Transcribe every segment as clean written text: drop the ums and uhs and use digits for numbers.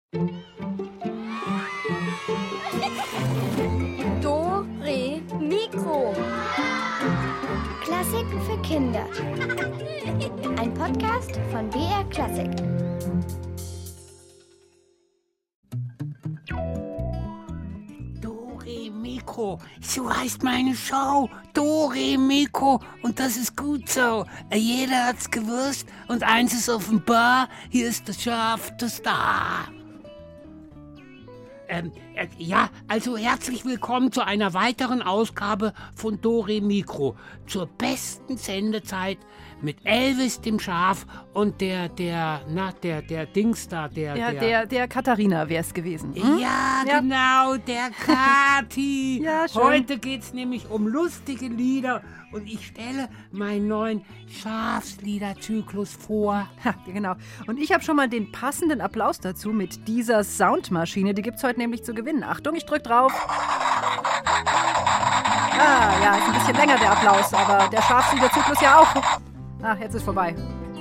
Dore Mikro. Klassiken für Kinder. Ein Podcast von BR Klassik. Dore Mikro, so heißt meine Show. Dore Mikro. Und das ist gut so. Jeder hat's gewusst und eins ist offenbar, hier ist das Schaf, das Star. Ja, also herzlich willkommen zu einer weiteren Ausgabe von Dore Mikro. Zur besten Sendezeit mit Elvis dem Schaf und der Dings da, der Katharina wäre es gewesen. Hm? Ja, genau, der Kati. Ja, schön. Heute geht's nämlich um lustige Lieder und ich stelle meinen neuen Schafsliederzyklus vor. Ha, genau. Und ich habe schon mal den passenden Applaus dazu mit dieser Soundmaschine. Die gibt's heute nämlich zu gewinnen. Achtung, ich drück drauf. Ah, ja, ist ein bisschen länger der Applaus, aber der Schafsliederzyklus ja auch. Ah, jetzt ist vorbei.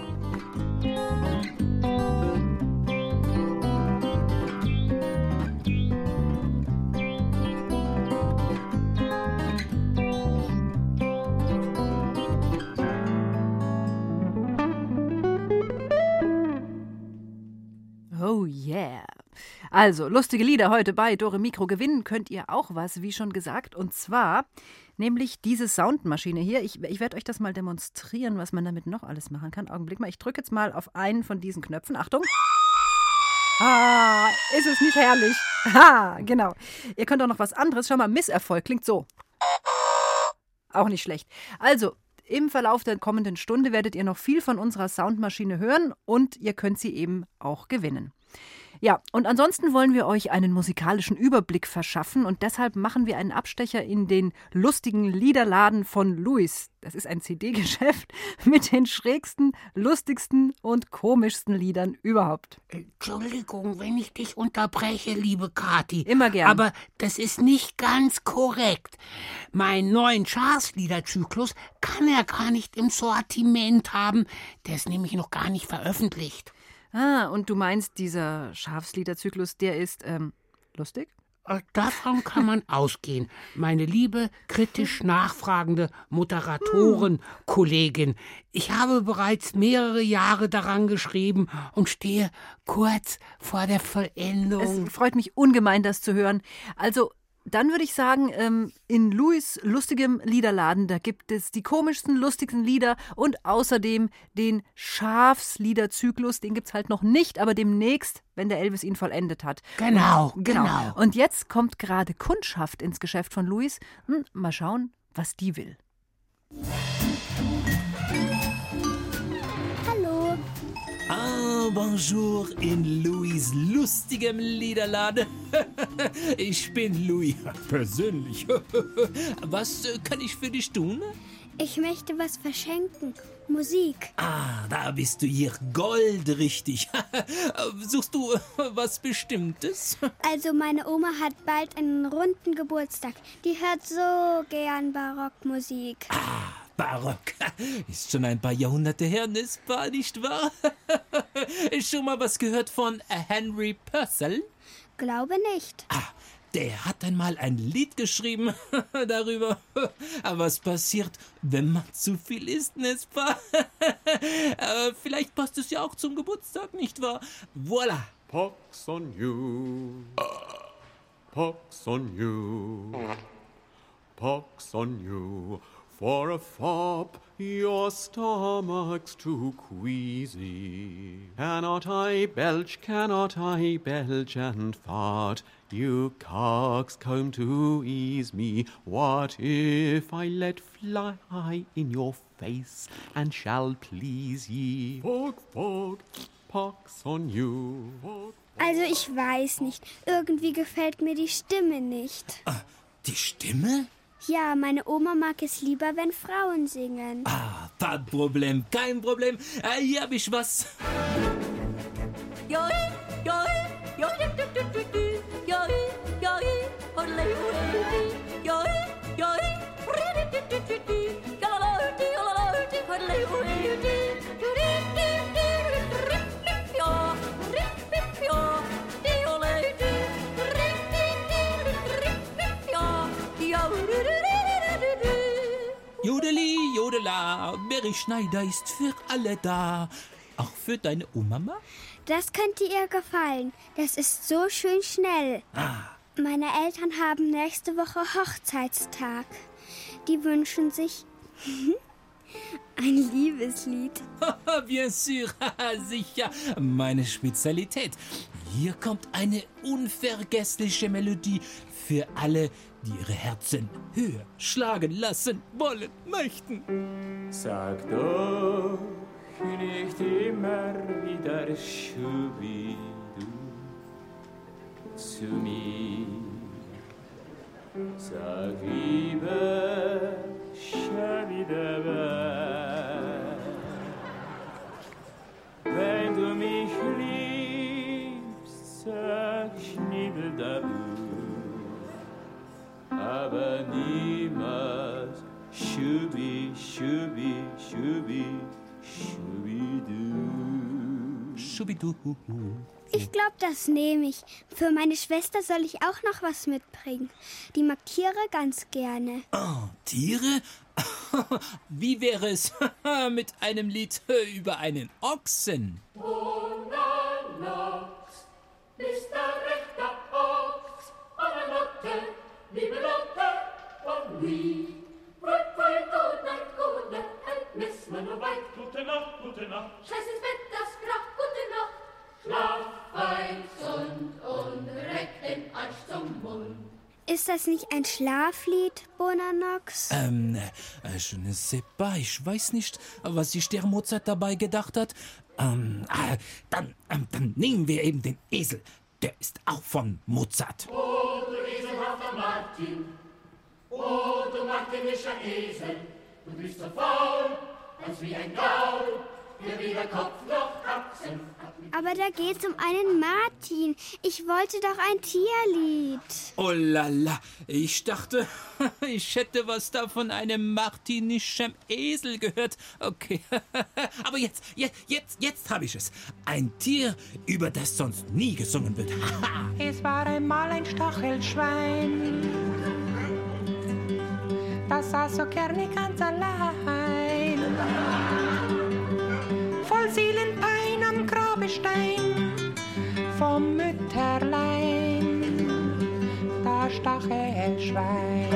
Oh yeah. Also, lustige Lieder heute bei Dore Mikro. Gewinnen könnt ihr auch was, wie schon gesagt. Und zwar nämlich diese Soundmaschine hier. Ich werde euch das mal demonstrieren, was man damit noch alles machen kann. Augenblick mal, ich drücke jetzt mal auf einen von diesen Knöpfen. Achtung. Ah, ist es nicht herrlich? Ha, genau. Ihr könnt auch noch was anderes. Schau mal, Misserfolg klingt so. Auch nicht schlecht. Also, im Verlauf der kommenden Stunde werdet ihr noch viel von unserer Soundmaschine hören und ihr könnt sie eben auch gewinnen. Ja, und ansonsten wollen wir euch einen musikalischen Überblick verschaffen und deshalb machen wir einen Abstecher in den lustigen Liederladen von Louis. Das ist ein CD-Geschäft mit den schrägsten, lustigsten und komischsten Liedern überhaupt. Entschuldigung, wenn ich dich unterbreche, liebe Kathi. Immer gern. Aber das ist nicht ganz korrekt. Meinen neuen Schafsliederzyklus kann er gar nicht im Sortiment haben. Der ist nämlich noch gar nicht veröffentlicht. Ah, und du meinst, dieser Schafsliederzyklus, der ist, lustig? Davon kann man ausgehen, meine liebe, kritisch nachfragende Moderatorenkollegin. Ich habe bereits mehrere Jahre daran geschrieben und stehe kurz vor der Vollendung. Es freut mich ungemein, das zu hören. Also, dann würde ich sagen, in Louis' lustigem Liederladen, da gibt es die komischsten, lustigsten Lieder und außerdem den Schafsliederzyklus, den gibt es halt noch nicht, aber demnächst, wenn der Elvis ihn vollendet hat. Genau. Und jetzt kommt gerade Kundschaft ins Geschäft von Louis. Mal schauen, was die will. Hallo. Ah, bonjour in Louis' lustigem Liederladen. Ich bin Louis, persönlich. Was kann ich für dich tun? Ich möchte was verschenken. Musik. Ah, da bist du hier goldrichtig. Suchst du was Bestimmtes? Also meine Oma hat bald einen runden Geburtstag. Die hört so gern Barockmusik. Ah, Barock. Ist schon ein paar Jahrhunderte her, nicht wahr? Schon mal was gehört von Henry Purcell? Glaube nicht. Ah, der hat einmal ein Lied geschrieben darüber, was passiert, wenn man zu viel isst, nicht wahr? Vielleicht passt es ja auch zum Geburtstag, nicht wahr? Voilà. Pox on you. Pox on you. Pox on you. For a fop, your stomach's too queasy. Cannot I belch and fart? You coxcomb to ease me. What if I let fly in your face and shall please ye? Fog, pox on you. Also ich weiß nicht. Irgendwie gefällt mir die Stimme nicht. Die Stimme? Ja, meine Oma mag es lieber, wenn Frauen singen. Ah, kein Problem. Hier hab ich was. Ja, Mary Schneider ist für alle da. Auch für deine Oma? Das könnte ihr gefallen. Das ist so schön schnell. Meine Eltern haben nächste Woche Hochzeitstag. Die wünschen sich ein Liebeslied. Bien sûr, sicher. Meine Spezialität. Hier kommt eine unvergessliche Melodie für alle, die ihre Herzen höher schlagen lassen wollen möchten. Sag doch nicht immer wieder Schubidu zu mir. Sag lieber Schabidaba. Wenn du mich liebst, sag Schnibbeldabu. Aber niemals Schubi, Schubi, Schubi, Schubidu. Schubidu. Ich glaube, das nehme ich. Für meine Schwester soll ich auch noch was mitbringen. Die mag Tiere ganz gerne. Oh, Tiere? Wie wäre es mit einem Lied über einen Ochsen? Bonanox, Mr. rechter Ochs, Bonanotte, liebe Lotte, von wie? Good night, and miss man no weit. Gute Nacht, gute Nacht. Scheiß ins Bett, das Krach, gute Nacht. Schlaf fein, gesund und reck den Arsch zum Mund. Ist das nicht ein Schlaflied, Bonanox? Je ne sais pas, ich weiß nicht, was sich der Mozart dabei gedacht hat. Dann nehmen wir eben den Esel. Der ist auch von Mozart. Oh, du eselhafter Martin. Oh, du martinischer Esel. Du bist so faul, als wie ein Gaul, der weder Kopf noch Achsen hat. Aber da geht's um einen Martin. Ich wollte doch ein Tierlied. Oh lala, ich dachte, ich hätte was da von einem martinischen Esel gehört. Okay, aber jetzt habe ich es. Ein Tier, über das sonst nie gesungen wird. Es war einmal ein Stachelschwein, das saß so gerne ganz allein. Voll Seelenpein am Grabestein vom Mütterlein, das Stachelschwein.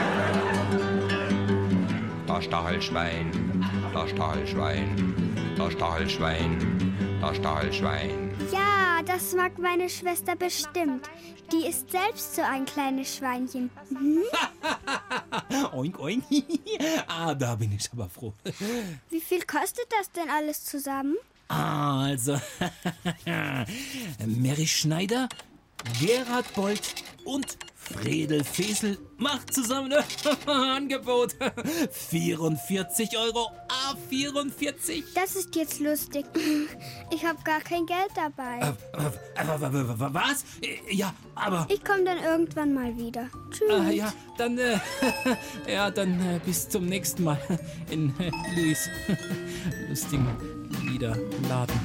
Das Stachelschwein, das Stachelschwein, das Stachelschwein, das Stachelschwein. Ja, das mag meine Schwester bestimmt. Die ist selbst so ein kleines Schweinchen. Oink, oink. Da bin ich aber froh. Wie viel kostet das denn alles zusammen? Also, Mary Schneider, Gerhard Bold und Fredel Fesel macht zusammen ein Angebot. 44 €, 44. Das ist jetzt lustig. Ich habe gar kein Geld dabei. Was? Ja, aber... Ich komme dann irgendwann mal wieder. Tschüss. Dann bis zum nächsten Mal in Louis' lustigen Liederladen.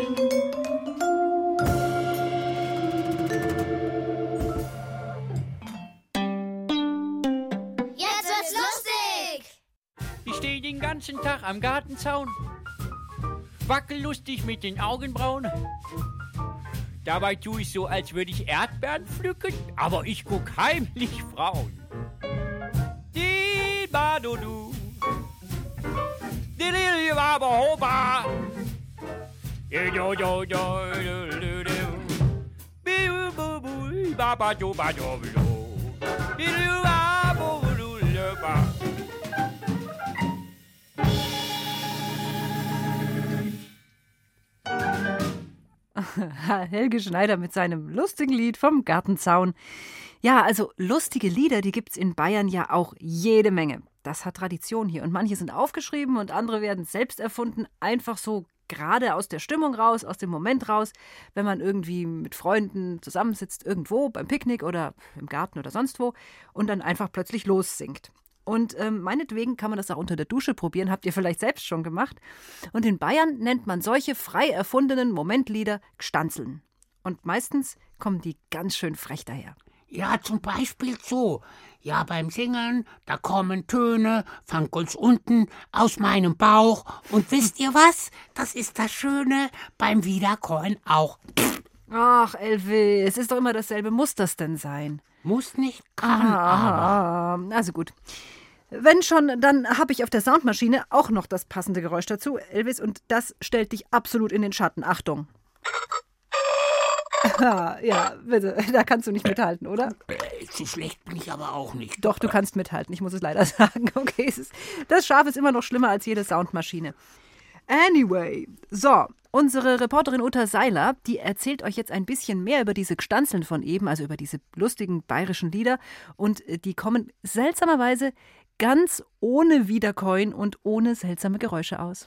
Ich stehe den ganzen Tag am Gartenzaun, wackel lustig mit den Augenbrauen. Dabei tue ich so, als würde ich Erdbeeren pflücken, aber ich guck heimlich Frauen. Die Badodu, die Lili Babahoba, Helge Schneider mit seinem lustigen Lied vom Gartenzaun. Ja, also lustige Lieder, die gibt's in Bayern ja auch jede Menge. Das hat Tradition hier und manche sind aufgeschrieben und andere werden selbst erfunden, einfach so gerade aus der Stimmung raus, aus dem Moment raus, wenn man irgendwie mit Freunden zusammensitzt irgendwo beim Picknick oder im Garten oder sonst wo und dann einfach plötzlich lossingt. Und meinetwegen kann man das auch unter der Dusche probieren, habt ihr vielleicht selbst schon gemacht. Und in Bayern nennt man solche frei erfundenen Momentlieder Gstanzeln. Und meistens kommen die ganz schön frech daher. Ja, zum Beispiel so. Ja, beim Singen, da kommen Töne von ganz unten aus meinem Bauch. Und wisst ihr was? Das ist das Schöne beim Wiederkäuen auch. Ach, Elvis, es ist doch immer dasselbe. Muss das denn sein? Muss nicht, kann aber. Also gut. Wenn schon, dann habe ich auf der Soundmaschine auch noch das passende Geräusch dazu, Elvis. Und das stellt dich absolut in den Schatten. Achtung. Ja, bitte, da kannst du nicht mithalten, oder? So schlecht bin ich aber auch nicht. Doch, du kannst mithalten, ich muss es leider sagen. Okay, das Schaf ist immer noch schlimmer als jede Soundmaschine. Anyway, so, unsere Reporterin Uta Seiler, die erzählt euch jetzt ein bisschen mehr über diese Gstanzeln von eben, also über diese lustigen bayerischen Lieder. Und die kommen seltsamerweise ganz ohne Wiederkäuen und ohne seltsame Geräusche aus.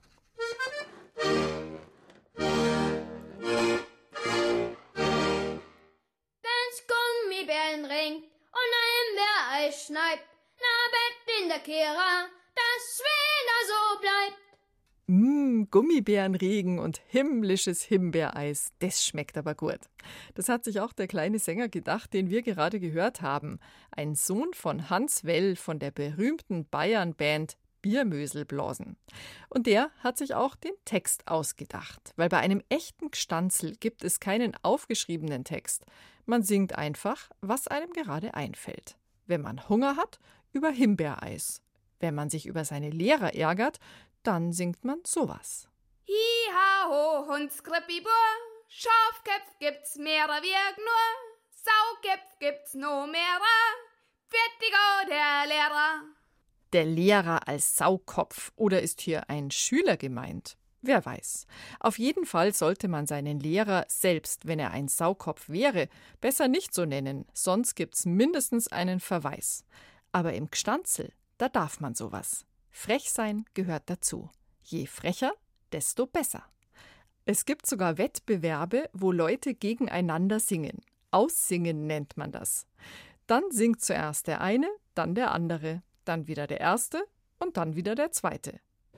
Ringt und ein Himbeereis schneibt, na Bett in der Kehra, das wieder so bleibt. Gummibärenregen und himmlisches Himbeereis, das schmeckt aber gut. Das hat sich auch der kleine Sänger gedacht, den wir gerade gehört haben. Ein Sohn von Hans Well von der berühmten Bayern-Band Biermöselblasen. Und der hat sich auch den Text ausgedacht, weil bei einem echten Gstanzl gibt es keinen aufgeschriebenen Text. Man singt einfach, was einem gerade einfällt. Wenn man Hunger hat, über Himbeereis. Wenn man sich über seine Lehrer ärgert, dann singt man sowas. Hi, ha, ho, Hundskrippi, Bur, Schafköpf gibt's mehrer wie nur, Sauköpf gibt's no mehrer, Fertigo der Lehrer. Der Lehrer als Saukopf, oder ist hier ein Schüler gemeint? Wer weiß. Auf jeden Fall sollte man seinen Lehrer, selbst wenn er ein Saukopf wäre, besser nicht so nennen, sonst gibt's mindestens einen Verweis. Aber im Gstanzl, da darf man sowas. Frech sein gehört dazu. Je frecher, desto besser. Es gibt sogar Wettbewerbe, wo Leute gegeneinander singen. Aussingen nennt man das. Dann singt zuerst der eine, dann der andere, dann wieder der erste und dann wieder der zweite.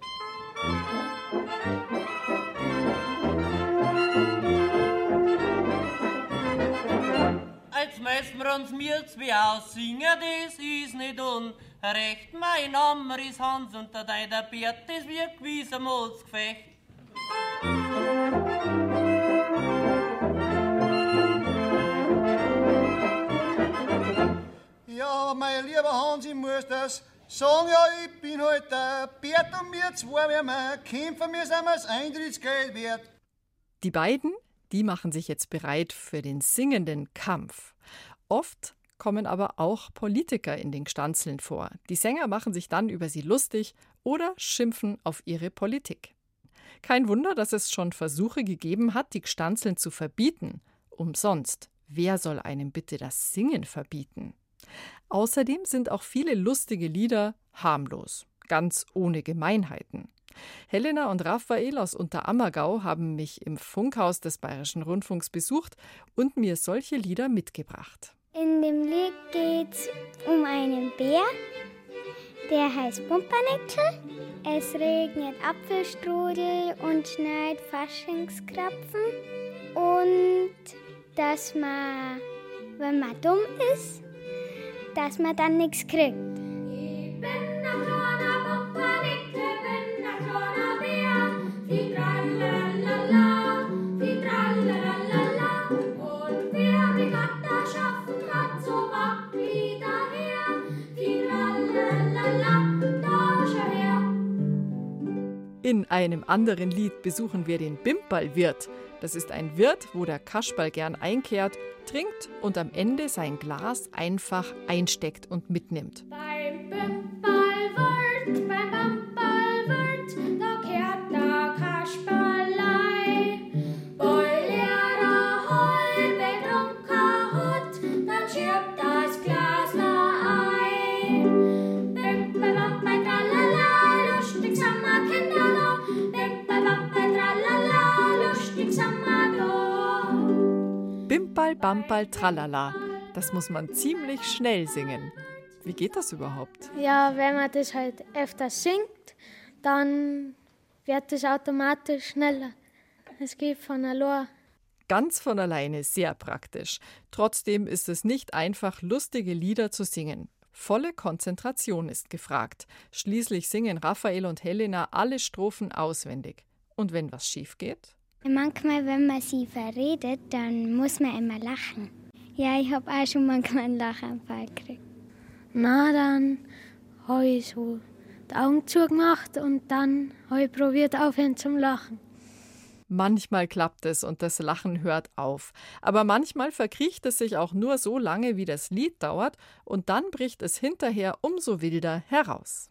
Als meisten wir uns mir zwei aussingen, das ist nicht unrecht. Mein Name ist Hans und der deiner Bert, das wird gewiss ein Moosgefecht. Ja, mein lieber Hans, ich muss das sagen, ja, ich bin halt der Bert und wir zwei, wenn wir kämpfen müssen, wir das Eintrittsgeld wert. Die beiden, die machen sich jetzt bereit für den singenden Kampf. Oft kommen aber auch Politiker in den Gstanzln vor. Die Sänger machen sich dann über sie lustig oder schimpfen auf ihre Politik. Kein Wunder, dass es schon Versuche gegeben hat, die Gstanzln zu verbieten. Umsonst. Wer soll einem bitte das Singen verbieten? Außerdem sind auch viele lustige Lieder harmlos, ganz ohne Gemeinheiten. Helena und Raphael aus Unterammergau haben mich im Funkhaus des Bayerischen Rundfunks besucht und mir solche Lieder mitgebracht. In dem Lied geht's um einen Bär, der heißt Pumpernickel. Es regnet Apfelstrudel und schneit Faschingskrapfen. Und dass man, wenn man dumm ist, dass man dann nichts kriegt. Ich bin ein kleiner Pumpernickel, bin ein kleiner Bär, wie tralalala, wie tralalala. Und wer mich hat da schaffen hat, so wacht wieder her, wie tralalala, da schau her. In einem anderen Lied besuchen wir den Bimperlwirt. Das ist ein Wirt, wo der Kasperl gern einkehrt, trinkt und am Ende sein Glas einfach einsteckt und mitnimmt. Beim Bimperlwirt, da kehrt der Kasperlei. Weil er da halb betrunken hat, dann schirbt das Glas ein. Bimperl, tralala, lustig sind wir Kinder da. Bimperl, tralala, lustig sind wir da. Bimbal, Bambal, Tralala. Das muss man ziemlich schnell singen. Wie geht das überhaupt? Ja, wenn man das halt öfter singt, dann wird es automatisch schneller. Es geht von allein. Ganz von alleine sehr praktisch. Trotzdem ist es nicht einfach, lustige Lieder zu singen. Volle Konzentration ist gefragt. Schließlich singen Raphael und Helena alle Strophen auswendig. Und wenn was schief geht? Manchmal, wenn man sie verredet, dann muss man immer lachen. Ja, ich habe auch schon manchmal einen Lachanfall gekriegt. Na, dann habe ich so die Augen zugemacht und dann habe ich probiert, aufhören zum Lachen. Manchmal klappt es und das Lachen hört auf. Aber manchmal verkriecht es sich auch nur so lange, wie das Lied dauert, und dann bricht es hinterher umso wilder heraus.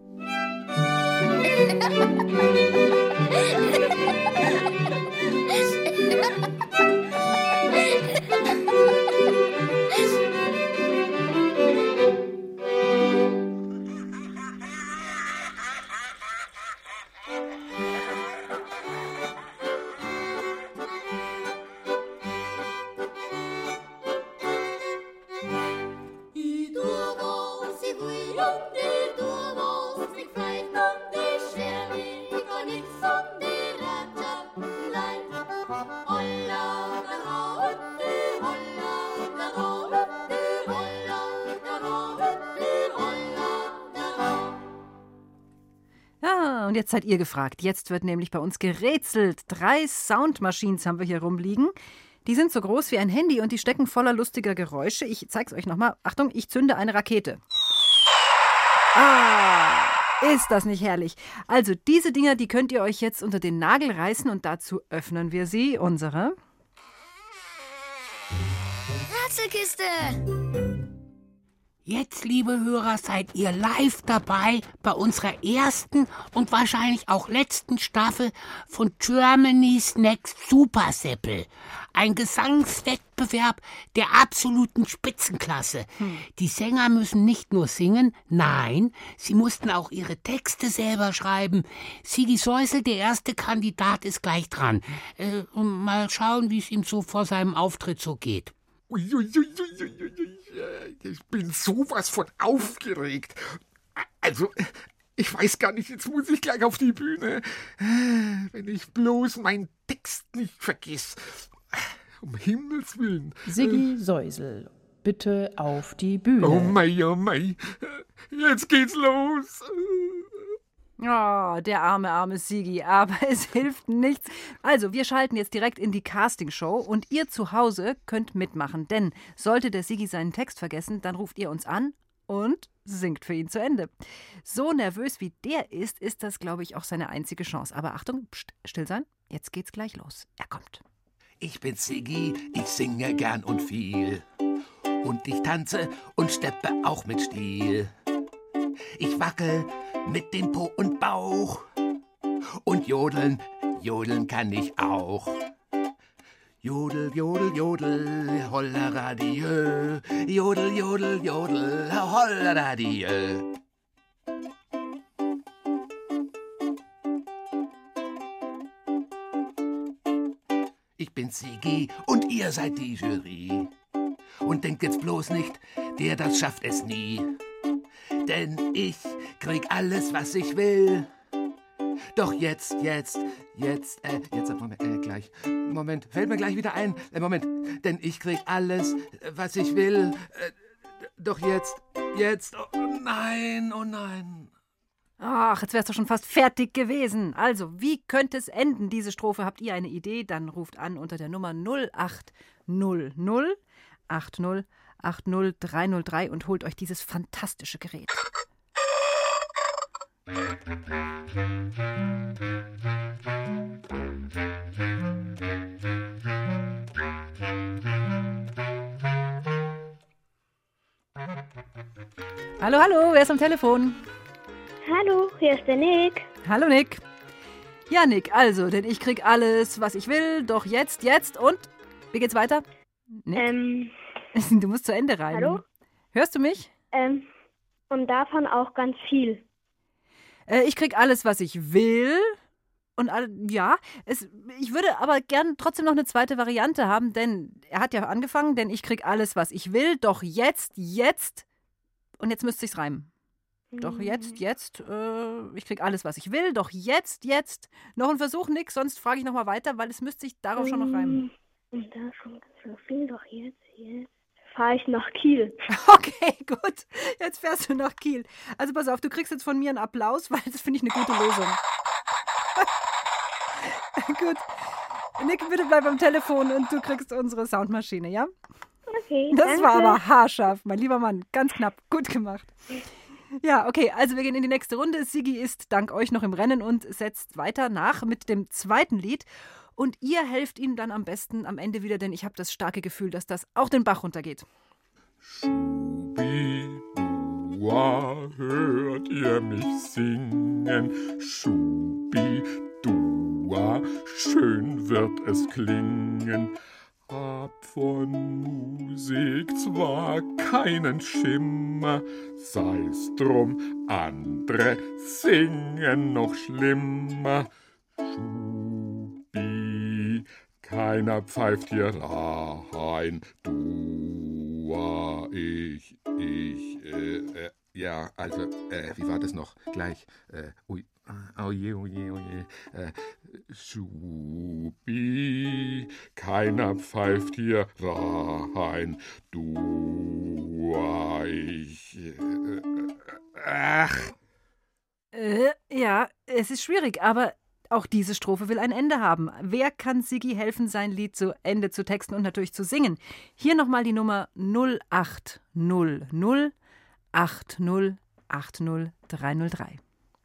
Und jetzt seid ihr gefragt. Jetzt wird nämlich bei uns gerätselt. 3 Soundmachines haben wir hier rumliegen. Die sind so groß wie ein Handy und die stecken voller lustiger Geräusche. Ich zeig's euch nochmal. Achtung, ich zünde eine Rakete. Ist das nicht herrlich? Also diese Dinger, die könnt ihr euch jetzt unter den Nagel reißen und dazu öffnen wir sie, unsere Rätselkiste! Jetzt, liebe Hörer, seid ihr live dabei bei unserer ersten und wahrscheinlich auch letzten Staffel von Germany's Next Superseppel. Ein Gesangswettbewerb der absoluten Spitzenklasse. Die Sänger müssen nicht nur singen, nein, sie mussten auch ihre Texte selber schreiben. Sigi Säusel, der erste Kandidat, ist gleich dran. Mal schauen, wie es ihm so vor seinem Auftritt so geht. Ich bin sowas von aufgeregt. Also, ich weiß gar nicht, jetzt muss ich gleich auf die Bühne. Wenn ich bloß meinen Text nicht vergiss. Um Himmels Willen. Sigi Säusel, bitte auf die Bühne. Oh mei, jetzt geht's los. Oh, der arme Sigi, aber es hilft nichts. Also, wir schalten jetzt direkt in die Castingshow und ihr zu Hause könnt mitmachen. Denn sollte der Sigi seinen Text vergessen, dann ruft ihr uns an und singt für ihn zu Ende. So nervös wie der ist das, glaube ich, auch seine einzige Chance. Aber Achtung, still sein, jetzt geht's gleich los. Er kommt. Ich bin Sigi, ich singe gern und viel. Und ich tanze und steppe auch mit Stil. Ich wackel mit dem Po und Bauch. Und jodeln kann ich auch. Jodel, jodel, jodel, holleradieu. Jodel, jodel, jodel, holleradieu. Ich bin Sigi und ihr seid die Jury. Und denkt jetzt bloß nicht, der das schafft es nie. Denn ich krieg alles, was ich will. Doch jetzt, Moment, fällt mir gleich wieder ein. Moment, denn ich krieg alles, was ich will. Doch jetzt, oh nein. Ach, jetzt wär's doch schon fast fertig gewesen. Also, wie könnte es enden, diese Strophe? Habt ihr eine Idee? Dann ruft an unter der Nummer 0800 80 80 303 und holt euch dieses fantastische Gerät. Hallo, wer ist am Telefon? Hallo, hier ist der Nick. Hallo Nick. Ja, Nick, also, denn ich krieg alles, was ich will, doch jetzt und? Wie geht's weiter? Nick? Du musst zu Ende reimen. Hallo? Hörst du mich? Und davon auch ganz viel. Ich krieg alles, was ich will. Und ich würde aber gern trotzdem noch eine zweite Variante haben, denn er hat ja angefangen, denn ich krieg alles, was ich will, doch jetzt. Und jetzt müsste ich's reimen. Doch jetzt, ich krieg alles, was ich will, doch jetzt. Noch ein Versuch, Nick, sonst frage ich nochmal weiter, weil es müsste sich darauf schon noch reimen. Und da schon so viel, doch jetzt fahre ich nach Kiel. Okay, gut. Jetzt fährst du nach Kiel. Also pass auf, du kriegst jetzt von mir einen Applaus, weil das finde ich eine gute Lösung. Gut. Nick, bitte bleib am Telefon und du kriegst unsere Soundmaschine, ja? Okay, Das danke. war aber haarscharf, mein lieber Mann. Ganz knapp. Gut gemacht. Ja, okay, also wir gehen in die nächste Runde. Sigi ist dank euch noch im Rennen und setzt weiter nach mit dem zweiten Lied. Und ihr helft ihm dann am besten am Ende wieder, denn ich habe das starke Gefühl, dass das auch den Bach runtergeht. Schubi-Dua, hört ihr mich singen? Schubi-Dua, schön wird es klingen. Hab von Musik zwar keinen Schimmer, sei's drum, andere singen noch schlimmer. Schubi, keiner pfeift hier rein, Dua, ja, also, wie war das noch? Gleich, ui, oje. Schubi, keiner pfeift hier rein, Dua, Ja, es ist schwierig, aber auch diese Strophe will ein Ende haben. Wer kann Sigi helfen, sein Lied zu Ende zu texten und natürlich zu singen? Hier nochmal die Nummer 0800 80 80 303.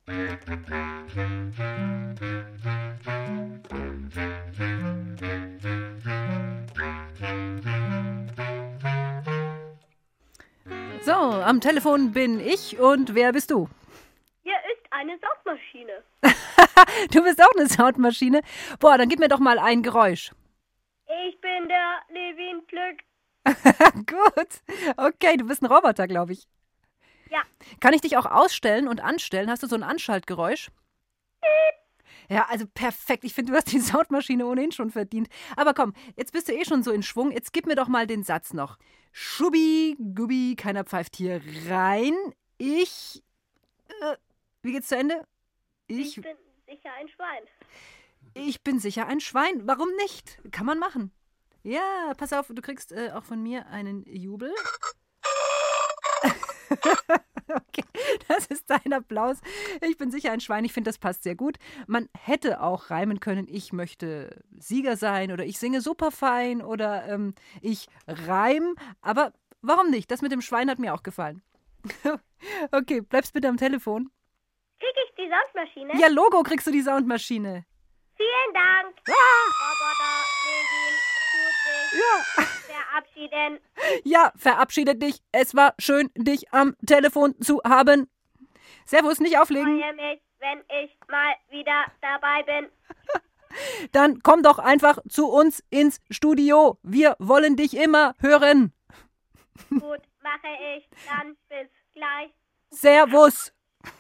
So, am Telefon bin ich und wer bist du? Hier ist eine Saugmaschine. Du bist auch eine Soundmaschine? Boah, dann gib mir doch mal ein Geräusch. Ich bin der Levin Plück. Gut. Okay, du bist ein Roboter, glaube ich. Ja. Kann ich dich auch ausstellen und anstellen? Hast du so ein Anschaltgeräusch? Ja, also perfekt. Ich finde, du hast die Soundmaschine ohnehin schon verdient. Aber komm, jetzt bist du eh schon so in Schwung. Jetzt gib mir doch mal den Satz noch. Schubi, Gubi, keiner pfeift hier rein. Wie geht's zu Ende? Ich bin sicher ein Schwein. Ich bin sicher ein Schwein. Warum nicht? Kann man machen. Ja, pass auf, du kriegst auch von mir einen Jubel. Okay, das ist dein Applaus. Ich bin sicher ein Schwein. Ich finde, das passt sehr gut. Man hätte auch reimen können, ich möchte Sieger sein oder ich singe super fein oder ich reim. Aber warum nicht? Das mit dem Schwein hat mir auch gefallen. Okay, bleibst bitte am Telefon. Krieg ich die Soundmaschine? Ja, Logo kriegst du die Soundmaschine. Vielen Dank. Roboter, Levin, tut sich verabschieden. Ja, verabschiede dich. Es war schön, dich am Telefon zu haben. Servus, nicht auflegen. Ich freue mich, wenn ich mal wieder dabei bin. Dann komm doch einfach zu uns ins Studio. Wir wollen dich immer hören. Gut, mache ich. Dann bis gleich. Servus.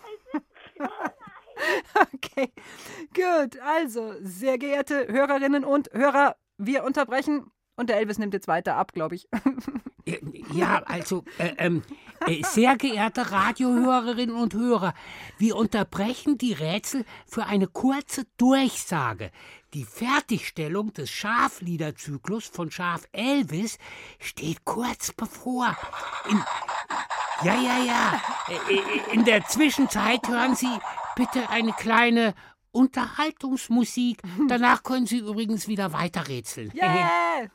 Okay, gut. Also, sehr geehrte Hörerinnen und Hörer, wir unterbrechen und der Elvis nimmt jetzt weiter ab, glaube ich. Ja, also, sehr geehrte Radiohörerinnen und Hörer, wir unterbrechen die Rätsel für eine kurze Durchsage. Die Fertigstellung des Schafliederzyklus von Schaf Elvis steht kurz bevor. In der Zwischenzeit hören Sie bitte eine kleine Unterhaltungsmusik. Danach können Sie übrigens wieder weiterrätseln. Yeah!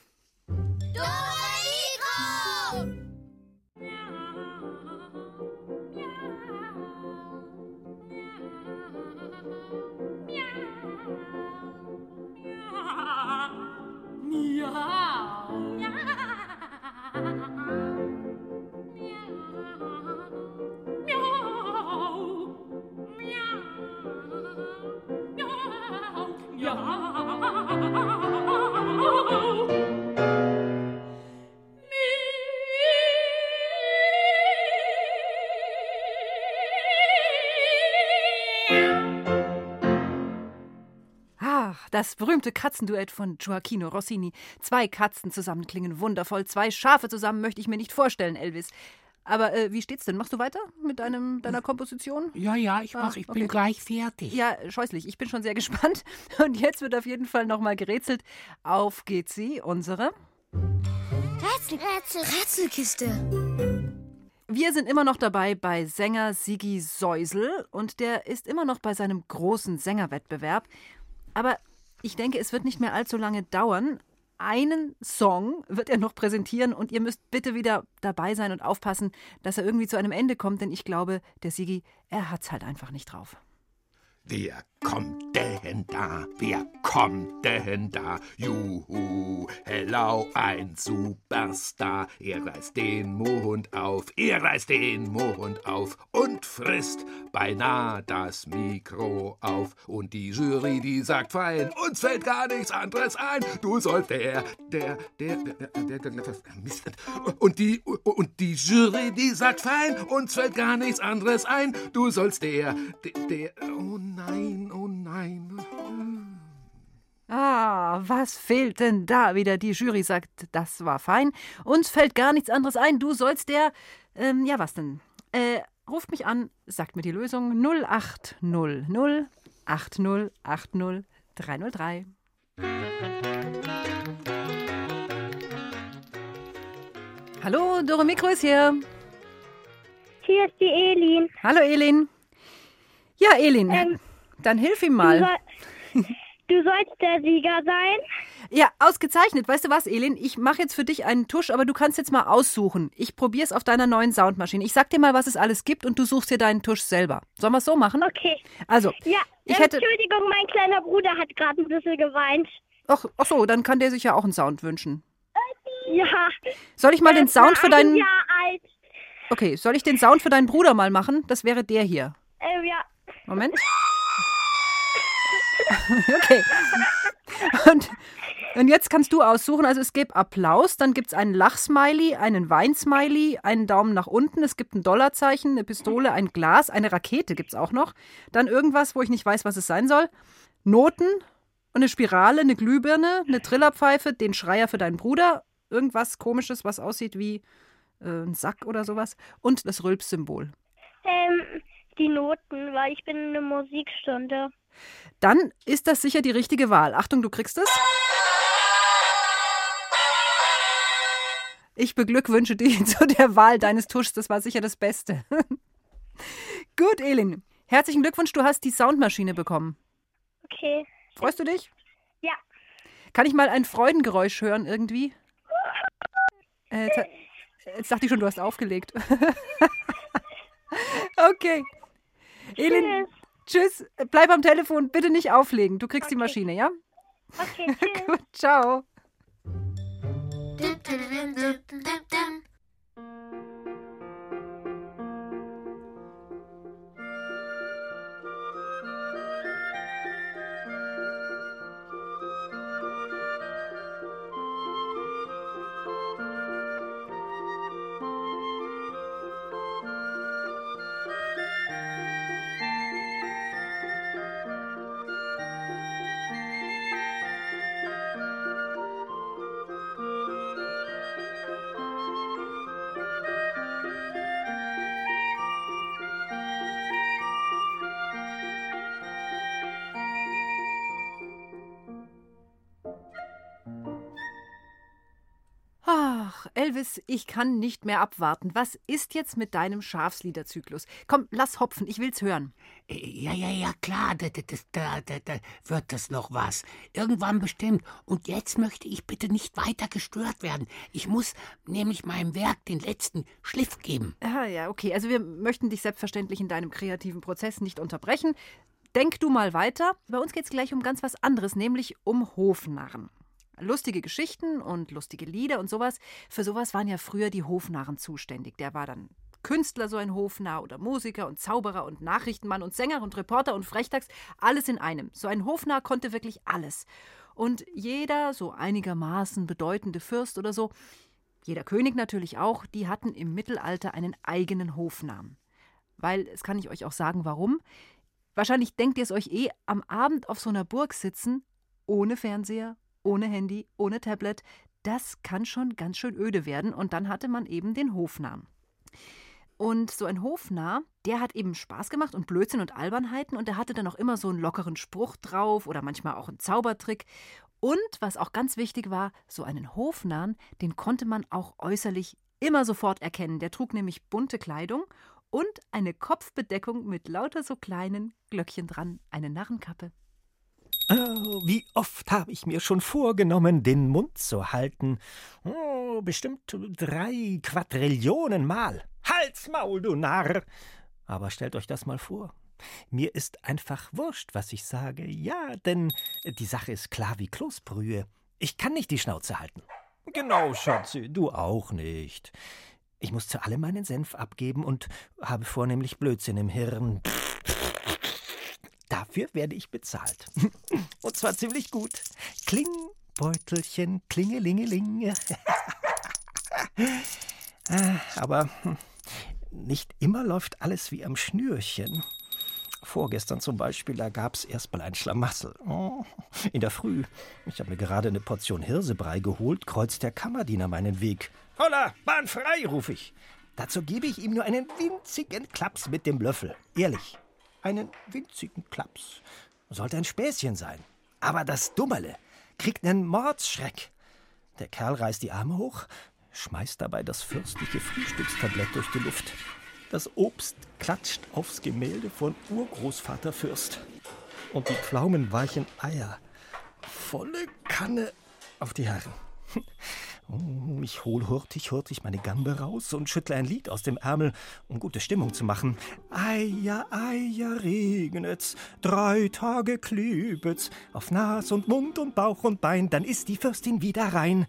Das berühmte Katzenduett von Gioacchino Rossini. 2 Katzen zusammen klingen wundervoll. 2 Schafe zusammen möchte ich mir nicht vorstellen, Elvis. Aber wie steht's denn? Machst du weiter mit deiner Komposition? Ja, ich bin gleich fertig. Ja, scheußlich. Ich bin schon sehr gespannt. Und jetzt wird auf jeden Fall nochmal gerätselt. Auf geht sie, unsere Rätselkiste. Wir sind immer noch dabei bei Sänger Sigi Säusel und der ist immer noch bei seinem großen Sängerwettbewerb. Aber ich denke, es wird nicht mehr allzu lange dauern. Einen Song wird er noch präsentieren und ihr müsst bitte wieder dabei sein und aufpassen, dass er irgendwie zu einem Ende kommt, denn ich glaube, der Sigi, er hat's halt einfach nicht drauf. Wer kommt denn da? Wer kommt denn da? Juhu, hello, ein Superstar. Er reißt den Mund auf, und frisst beinahe das Mikro auf. Und die Jury, die sagt fein, uns fällt gar nichts anderes ein. Du sollst Mist. Und die Jury, die sagt fein, uns fällt gar nichts anderes ein. Du sollst oh nein. Ah, was fehlt denn da wieder? Die Jury sagt, das war fein. Uns fällt gar nichts anderes ein. Du sollst ja, was denn? Ruft mich an, sagt mir die Lösung 0800 80 80 303. Hallo, Dore Mikro ist hier. Hier ist die Elin. Hallo, Elin. Ja, Elin, dann hilf ihm mal. Du sollst der Sieger sein? Ja, ausgezeichnet. Weißt du was, Elin? Ich mache jetzt für dich einen Tusch, aber du kannst jetzt mal aussuchen. Ich probiere es auf deiner neuen Soundmaschine. Ich sag dir mal, was es alles gibt und du suchst dir deinen Tusch selber. Sollen wir es so machen? Okay. Also, ja, Entschuldigung, mein kleiner Bruder hat gerade ein bisschen geweint. Ach so, dann kann der sich ja auch einen Sound wünschen. Ja. Soll ich mal den Sound für deinen... Jahr alt. Okay, soll ich den Sound für deinen Bruder mal machen? Das wäre der hier. Ja. Moment. Okay. Und jetzt kannst du aussuchen, also es gibt Applaus, dann gibt es einen Lachsmiley, einen Weinsmiley, einen Daumen nach unten, es gibt ein Dollarzeichen, eine Pistole, ein Glas, eine Rakete gibt es auch noch, dann irgendwas, wo ich nicht weiß, was es sein soll, Noten, eine Spirale, eine Glühbirne, eine Trillerpfeife, den Schreier für deinen Bruder, irgendwas Komisches, was aussieht wie ein Sack oder sowas und das Rülpssymbol. Die Noten, weil ich bin in einer Musikstunde. Dann ist das sicher die richtige Wahl. Achtung, du kriegst es. Ich beglückwünsche dich zu der Wahl deines Tuschs. Das war sicher das Beste. Gut, Elin. Herzlichen Glückwunsch, du hast die Soundmaschine bekommen. Okay. Freust du dich? Ja. Kann ich mal ein Freudengeräusch hören irgendwie? Jetzt dachte ich schon, du hast aufgelegt. Okay. Elin, tschüss. Bleib am Telefon, bitte nicht auflegen. Du kriegst die Maschine, ja? Okay, tschüss. Gut, ciao. Ach, Elvis, ich kann nicht mehr abwarten. Was ist jetzt mit deinem Schafsliederzyklus? Komm, lass hopfen, ich will's hören. Ja, klar, da wird das noch was. Irgendwann bestimmt. Und jetzt möchte ich bitte nicht weiter gestört werden. Ich muss nämlich meinem Werk den letzten Schliff geben. Ja, okay. Also wir möchten dich selbstverständlich in deinem kreativen Prozess nicht unterbrechen. Denk du mal weiter. Bei uns geht's gleich um ganz was anderes, nämlich um Hofnarren. Lustige Geschichten und lustige Lieder und sowas. Für sowas waren ja früher die Hofnarren zuständig. Der war dann Künstler, so ein Hofnarr, oder Musiker und Zauberer und Nachrichtenmann und Sänger und Reporter und Frechdachs. Alles in einem. So ein Hofnarr konnte wirklich alles. Und jeder so einigermaßen bedeutende Fürst oder so, jeder König natürlich auch, die hatten im Mittelalter einen eigenen Hofnarren. Weil, das kann ich euch auch sagen, warum. Wahrscheinlich denkt ihr es euch am Abend auf so einer Burg sitzen, ohne Fernseher, ohne Handy, ohne Tablet, das kann schon ganz schön öde werden und dann hatte man eben den Hofnarren. Und so ein Hofnarr, der hat eben Spaß gemacht und Blödsinn und Albernheiten und der hatte dann auch immer so einen lockeren Spruch drauf oder manchmal auch einen Zaubertrick. Und was auch ganz wichtig war, so einen Hofnarren, den konnte man auch äußerlich immer sofort erkennen. Der trug nämlich bunte Kleidung und eine Kopfbedeckung mit lauter so kleinen Glöckchen dran, eine Narrenkappe. Oh, wie oft habe ich mir schon vorgenommen, den Mund zu halten. Oh, bestimmt 3 Quadrillionen Mal. Halt's Maul, du Narr! Aber stellt euch das mal vor. Mir ist einfach wurscht, was ich sage. Ja, denn die Sache ist klar wie Kloßbrühe. Ich kann nicht die Schnauze halten. Genau, Schatzi, du auch nicht. Ich muss zu allem meinen Senf abgeben und habe vornehmlich Blödsinn im Hirn. Dafür werde ich bezahlt. Und zwar ziemlich gut. Kling, Beutelchen, klingelingeling. Aber nicht immer läuft alles wie am Schnürchen. Vorgestern zum Beispiel, da gab's erst mal ein Schlamassel. Oh, in der Früh. Ich habe mir gerade eine Portion Hirsebrei geholt, kreuzt der Kammerdiener meinen Weg. Holla, Bahn frei, ruf ich. Dazu gebe ich ihm nur einen winzigen Klaps mit dem Löffel. Ehrlich, einen winzigen Klaps. Sollte ein Späßchen sein. Aber das Dummerle kriegt einen Mordsschreck. Der Kerl reißt die Arme hoch, schmeißt dabei das fürstliche Frühstückstablett durch die Luft. Das Obst klatscht aufs Gemälde von Urgroßvater Fürst. Und die pflaumenweichen Eier, volle Kanne auf die Herren. Ich hol hurtig meine Gambe raus und schüttle ein Lied aus dem Ärmel, um gute Stimmung zu machen. Eier, Eier, regnet's, 3 Tage klübet's, auf Nas und Mund und Bauch und Bein, dann ist die Fürstin wieder rein.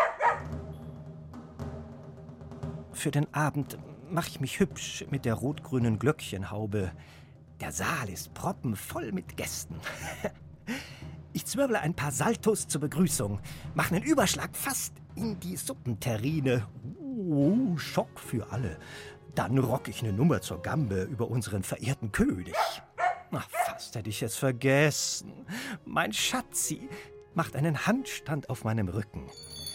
Für den Abend mach ich mich hübsch mit der rot-grünen Glöckchenhaube. Der Saal ist proppenvoll mit Gästen. Ich zwirble ein paar Saltos zur Begrüßung, mache einen Überschlag fast in die Suppenterrine. Schock für alle. Dann rock ich eine Nummer zur Gambe über unseren verehrten König. Ach, fast hätte ich es vergessen. Mein Schatzi macht einen Handstand auf meinem Rücken.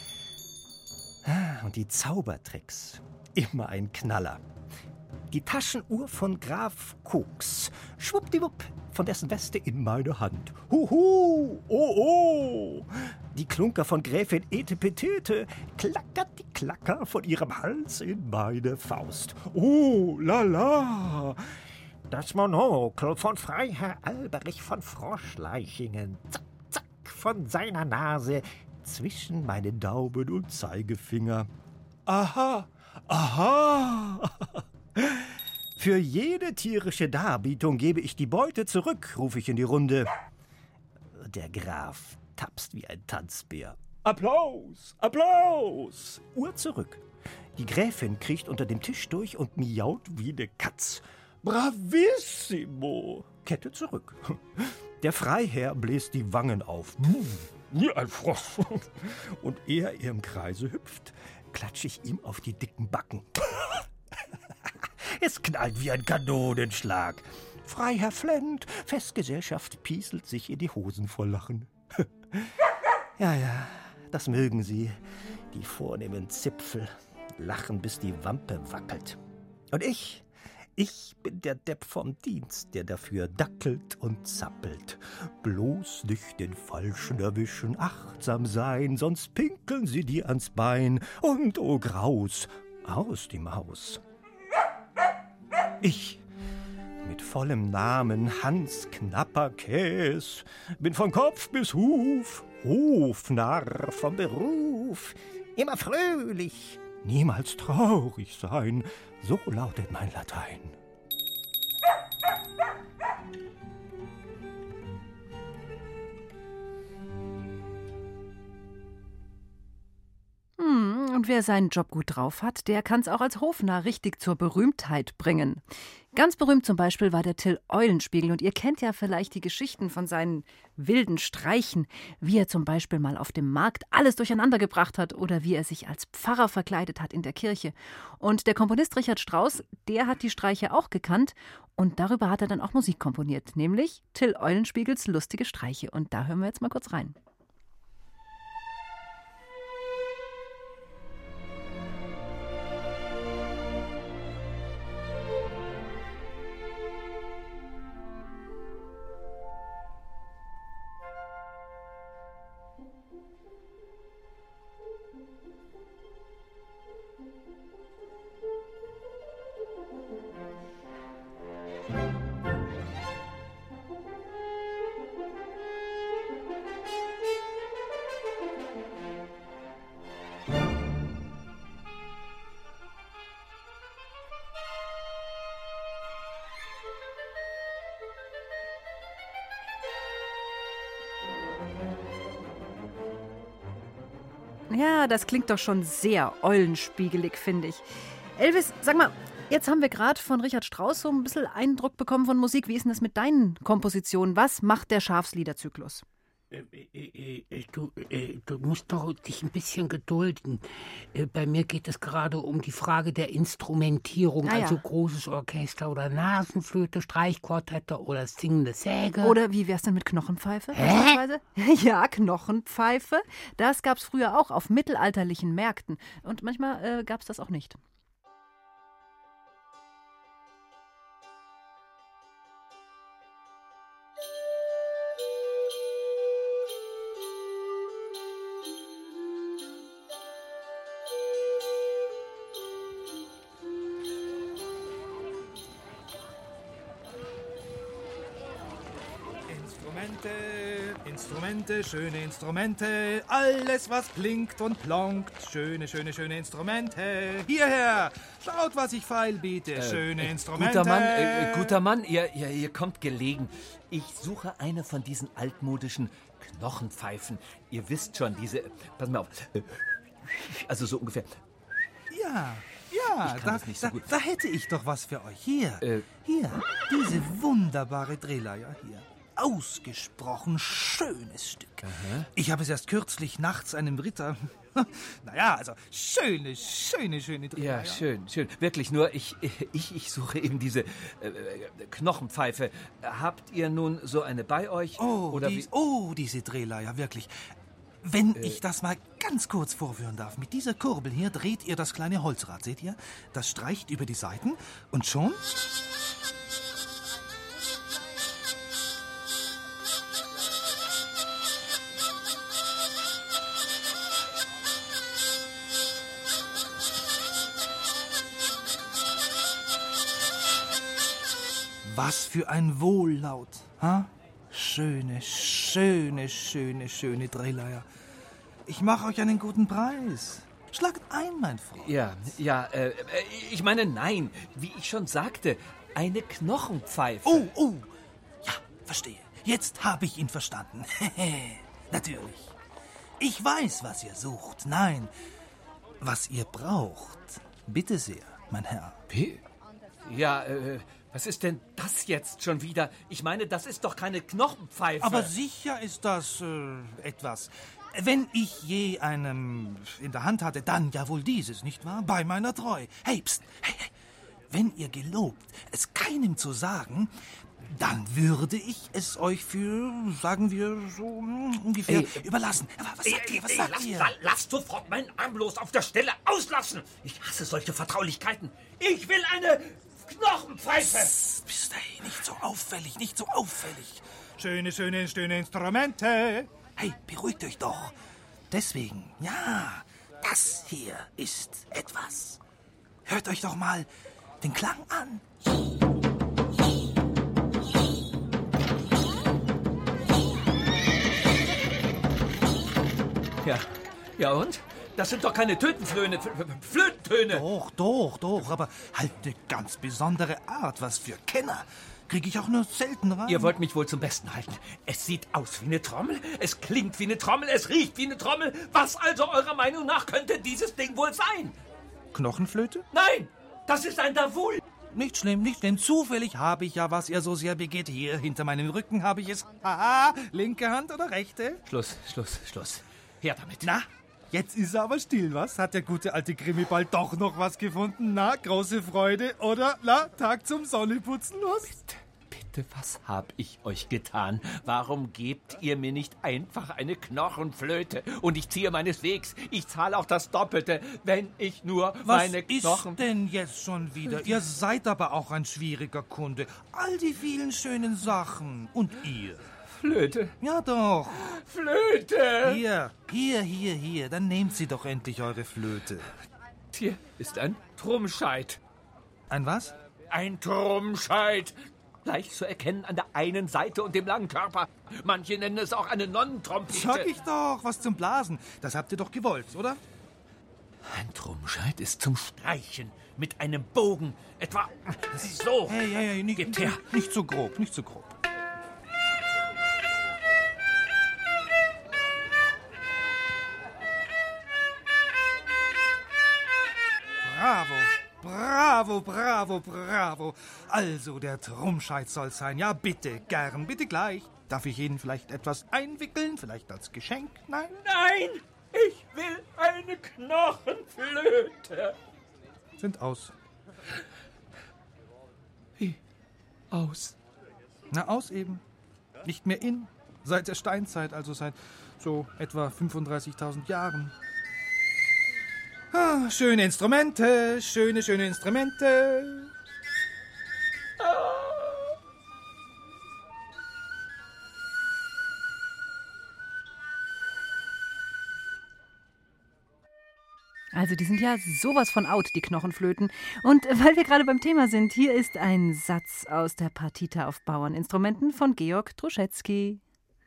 Und die Zaubertricks, immer ein Knaller. Die Taschenuhr von Graf Koks, schwuppdiwupp, von dessen Weste in meine Hand. Huhu, oh. Die Klunker von Gräfin Etepetete, klackert die Klacker von ihrem Hals in meine Faust. Oh, lala. Das Monokel von Freiherr Alberich von Froschleichingen, zack, zack, von seiner Nase zwischen meine Daumen und Zeigefinger. Aha, aha. Für jede tierische Darbietung gebe ich die Beute zurück, rufe ich in die Runde. Der Graf tapst wie ein Tanzbär. Applaus, Applaus! Uhr zurück. Die Gräfin kriecht unter dem Tisch durch und miaut wie eine Katz. Bravissimo! Kette zurück. Der Freiherr bläst die Wangen auf. Wie ein Frosch. Und er im Kreise hüpft, klatsche ich ihm auf die dicken Backen. Es knallt wie ein Kanonenschlag. Freiherr flennt, Festgesellschaft pieselt sich in die Hosen vor Lachen. Ja, das mögen sie, die vornehmen Zipfel. Lachen, bis die Wampe wackelt. Und ich bin der Depp vom Dienst, der dafür dackelt und zappelt. Bloß nicht den Falschen erwischen, achtsam sein, sonst pinkeln sie dir ans Bein. Und oh Graus, aus die Maus. Ich, mit vollem Namen Hans Knapperkäs, bin von Kopf bis Huf, Hofnarr vom Beruf, immer fröhlich, niemals traurig sein, so lautet mein Latein. Und wer seinen Job gut drauf hat, der kann es auch als Hofnarr richtig zur Berühmtheit bringen. Ganz berühmt zum Beispiel war der Till Eulenspiegel. Und ihr kennt ja vielleicht die Geschichten von seinen wilden Streichen, wie er zum Beispiel mal auf dem Markt alles durcheinander gebracht hat oder wie er sich als Pfarrer verkleidet hat in der Kirche. Und der Komponist Richard Strauss, der hat die Streiche auch gekannt und darüber hat er dann auch Musik komponiert, nämlich Till Eulenspiegels lustige Streiche. Und da hören wir jetzt mal kurz rein. Ja, das klingt doch schon sehr eulenspiegelig, finde ich. Elvis, sag mal, jetzt haben wir gerade von Richard Strauss so ein bisschen Eindruck bekommen von Musik. Wie ist denn das mit deinen Kompositionen? Was macht der Schafsliederzyklus? Du musst doch dich ein bisschen gedulden. Bei mir geht es gerade um die Frage der Instrumentierung, also großes Orchester oder Nasenflöte, Streichquartette oder singende Säge. Oder wie wär's denn mit Knochenpfeife? Ja, Knochenpfeife. Das gab's früher auch auf mittelalterlichen Märkten. Und manchmal gab's das auch nicht. Instrumente, schöne Instrumente, alles was blinkt und plonkt, schöne, schöne, schöne Instrumente. Hierher, schaut, was ich feil biete, schöne Instrumente. Guter Mann, ihr kommt gelegen. Ich suche eine von diesen altmodischen Knochenpfeifen. Ihr wisst schon, diese, pass mal auf, also so ungefähr. Ja, ich kann das nicht so gut. Da hätte ich doch was für euch. Hier, diese wunderbare Drehleier hier. Ausgesprochen schönes Stück. Aha. Ich habe es erst kürzlich nachts einem Ritter... Naja, also schöne Drehleier. Ja, schön. Wirklich, nur ich suche eben diese Knochenpfeife. Habt ihr nun so eine bei euch? Diese Drehleier, wirklich. Wenn ich das mal ganz kurz vorführen darf. Mit dieser Kurbel hier dreht ihr das kleine Holzrad, seht ihr? Das streicht über die Saiten und schon... Was für ein Wohllaut, ha? Schöne Drehleier. Ich mache euch einen guten Preis. Schlagt ein, mein Freund. Ich meine, nein, wie ich schon sagte, eine Knochenpfeife. Oh, ja, verstehe. Jetzt habe ich ihn verstanden. Natürlich. Ich weiß, was ihr sucht. Nein, was ihr braucht. Bitte sehr, mein Herr. Was ist denn das jetzt schon wieder? Ich meine, das ist doch keine Knochenpfeife. Aber sicher ist das etwas. Wenn ich je einen in der Hand hatte, dann ja wohl dieses, nicht wahr? Bei meiner Treu. Hey, pst, hey. Wenn ihr gelobt, es keinem zu sagen, dann würde ich es euch für, sagen wir, so ungefähr überlassen. Aber was sagt ihr? Lasst sofort meinen Arm los, auf der Stelle auslassen. Ich hasse solche Vertraulichkeiten. Ich will eine Knochenpfeife. Psst, nicht so auffällig. Schöne Instrumente. Hey, beruhigt euch doch. Deswegen, ja, das hier ist etwas. Hört euch doch mal den Klang an. Ja und? Das sind doch keine Flötentöne. Doch, aber halt eine ganz besondere Art. Was für Kenner. Kriege ich auch nur selten rein. Ihr wollt mich wohl zum Besten halten. Es sieht aus wie eine Trommel, es klingt wie eine Trommel, es riecht wie eine Trommel. Was also eurer Meinung nach könnte dieses Ding wohl sein? Knochenflöte? Nein, das ist ein Davul. Nicht schlimm. Zufällig habe ich ja, was ihr so sehr begeht. Hier, hinter meinem Rücken habe ich es. Haha, linke Hand oder rechte? Schluss. Her damit. Na, jetzt ist er aber still, was? Hat der gute alte Grimmibald doch noch was gefunden? Na, große Freude, oder? Na, Tag zum Sonneputzen, los? Bitte, was hab ich euch getan? Warum gebt ihr mir nicht einfach eine Knochenflöte? Und ich ziehe meines Wegs. Ich zahle auch das Doppelte, wenn ich nur meine Knochen... Was ist denn jetzt schon wieder? Ihr seid aber auch ein schwieriger Kunde. All die vielen schönen Sachen. Und ihr? Flöte? Ja doch. Flöte! Hier. Dann nehmt sie doch endlich eure Flöte. Hier ist ein Trummscheit. Ein was? Ein Trummscheit. Leicht zu erkennen an der einen Seite und dem langen Körper. Manche nennen es auch eine Nonnentrompete. Sag ich doch, was zum Blasen. Das habt ihr doch gewollt, oder? Ein Trummscheit ist zum Streichen. Mit einem Bogen. Etwa so. Hey, Gebt her. Nicht so grob. Bravo. Bravo, bravo, bravo. Also, der Trummscheit soll's sein. Ja, bitte, gern, bitte gleich. Darf ich Ihnen vielleicht etwas einwickeln? Vielleicht als Geschenk? Nein? Nein, ich will eine Knochenflöte. Sind aus. Wie? Aus? Na, aus eben. Nicht mehr in. Seit der Steinzeit, also seit so etwa 35.000 Jahren. Ah, schöne Instrumente, schöne Instrumente. Also die sind ja sowas von out, die Knochenflöten. Und weil wir gerade beim Thema sind, hier ist ein Satz aus der Partita auf Bauerninstrumenten von Georg Truschetzky.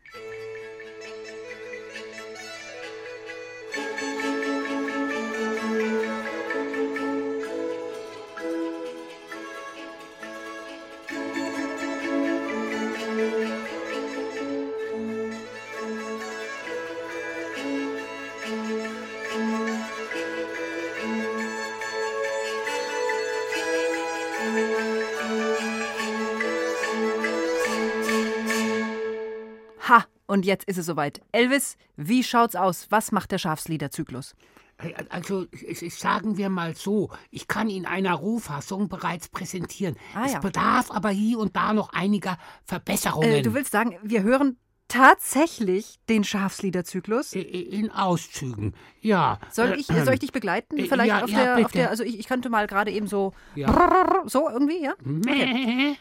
Ha, und jetzt ist es soweit. Elvis, wie schaut's aus? Was macht der Schafsliederzyklus? Also, sagen wir mal so, ich kann in einer Rohfassung bereits präsentieren. Es bedarf aber hier und da noch einiger Verbesserungen. Du willst sagen, wir hören tatsächlich den Schafsliederzyklus? In Auszügen, ja. Soll ich dich begleiten? Vielleicht ja, auf der, also ich könnte mal gerade eben so, so irgendwie, ja? Okay.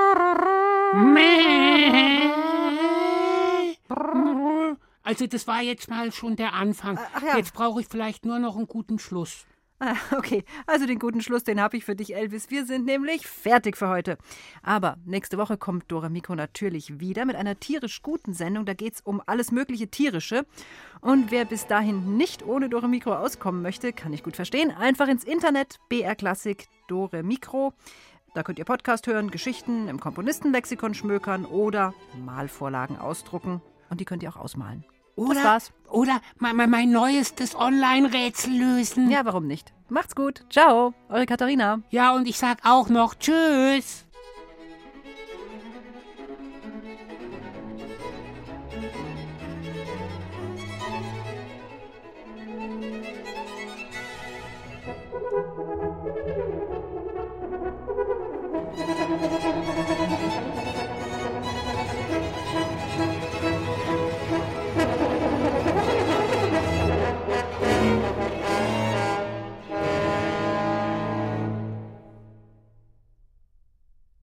Also das war jetzt mal schon der Anfang. Ja. Jetzt brauche ich vielleicht nur noch einen guten Schluss. Okay, also den guten Schluss, den habe ich für dich, Elvis. Wir sind nämlich fertig für heute. Aber nächste Woche kommt Dore Mikro natürlich wieder mit einer tierisch guten Sendung. Da geht es um alles mögliche Tierische. Und wer bis dahin nicht ohne Dore Mikro auskommen möchte, kann ich gut verstehen. Einfach ins Internet, BR Klassik, Dore Mikro. Da könnt ihr Podcast hören, Geschichten im Komponistenlexikon schmökern oder Malvorlagen ausdrucken. Und die könnt ihr auch ausmalen. Das war's. Oder mein neuestes Online-Rätsel lösen. Ja, warum nicht? Macht's gut. Ciao, eure Katharina. Ja, und ich sag auch noch Tschüss.